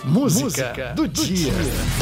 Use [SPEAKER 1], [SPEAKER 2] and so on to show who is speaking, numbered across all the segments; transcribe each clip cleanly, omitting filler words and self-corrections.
[SPEAKER 1] Música do dia.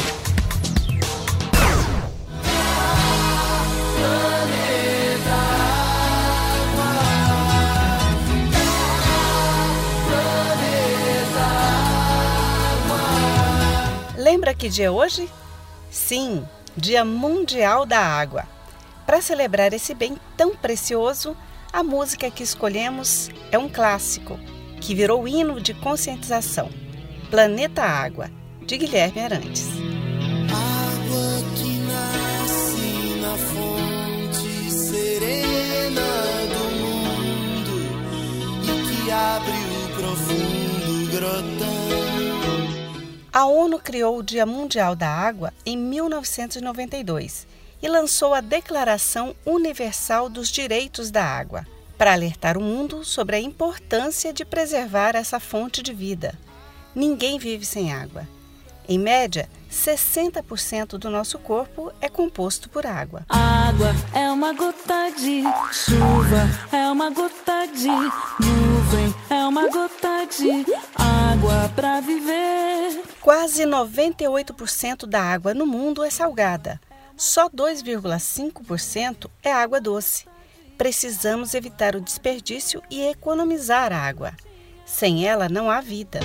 [SPEAKER 2] Lembra que dia é hoje? Sim, Dia Mundial da Água. Para celebrar esse bem tão precioso, a música que escolhemos é um clássico, que virou hino de conscientização. Planeta Água, de Guilherme Arantes.
[SPEAKER 3] Água que nasce na fonte serena do mundo e que abre o profundo grotão.
[SPEAKER 2] A ONU criou o Dia Mundial da Água em 1992 e lançou a Declaração Universal dos Direitos da Água, para alertar o mundo sobre a importância de preservar essa fonte de vida. Ninguém vive sem água. Em média, 60% do nosso corpo é composto por água.
[SPEAKER 4] Água é uma gota de chuva, é uma gota de nuvem, é uma gota de água para viver.
[SPEAKER 2] Quase 98% da água no mundo é salgada. Só 2,5% é água doce. Precisamos evitar o desperdício e economizar a água. Sem ela não há vida.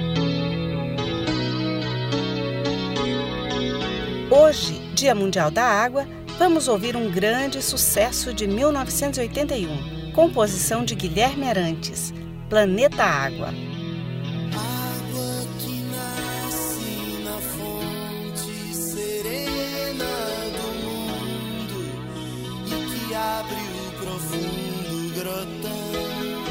[SPEAKER 2] Hoje, Dia Mundial da Água, vamos ouvir um grande sucesso de 1981, composição de Guilherme Arantes, Planeta Água.
[SPEAKER 3] Água que nasce na fonte serena do mundo e que abre o profundo grotão.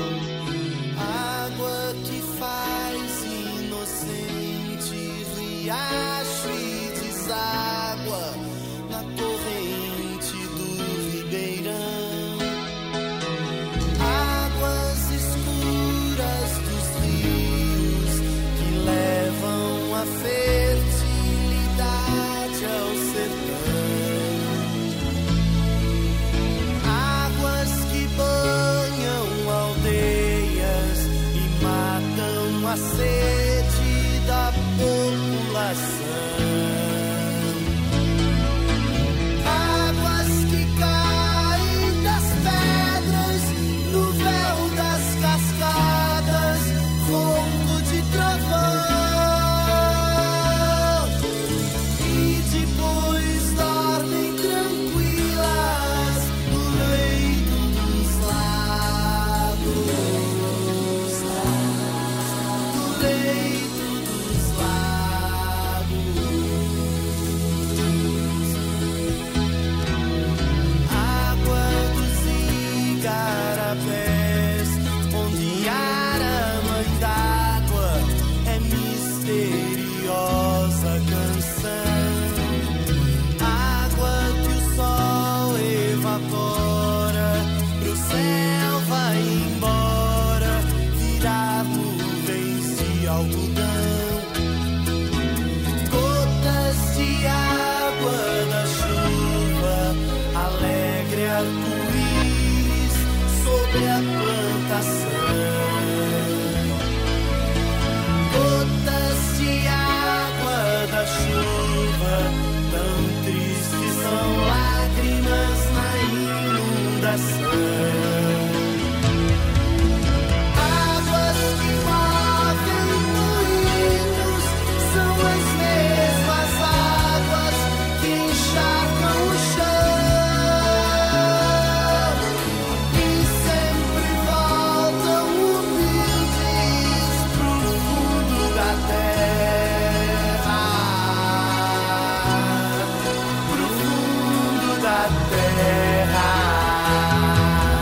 [SPEAKER 3] Água que faz inocente riacho e deságua na corrente do ribeirão. Águas escuras dos rios que levam a fertilidade ao sertão. Águas que banham aldeias e matam a sede da população. Águas que caem das pedras no véu das cascadas, ronco de trovão. E depois dormem tranquilas no leito dos lagos. No leito dos lagos. Água dos igarapés, onde a mãe d'água é misteriosa canção. Água que o sol evapora, pro céu vai embora, virar nuvens de algodão. Gotas de água da chuva, alegre arco-íris sobre a plantação. Gotas de água da chuva, tão tristes são lágrimas na inundação. Águas que movem moinhos são as mesmas águas que encharcam o chão e sempre voltam humildes pro fundo da terra, pro fundo da terra.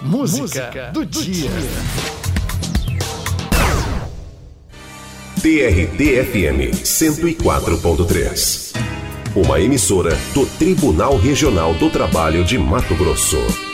[SPEAKER 1] música do dia.
[SPEAKER 5] TRT-FM 104.3. Uma emissora do Tribunal Regional do Trabalho de Mato Grosso.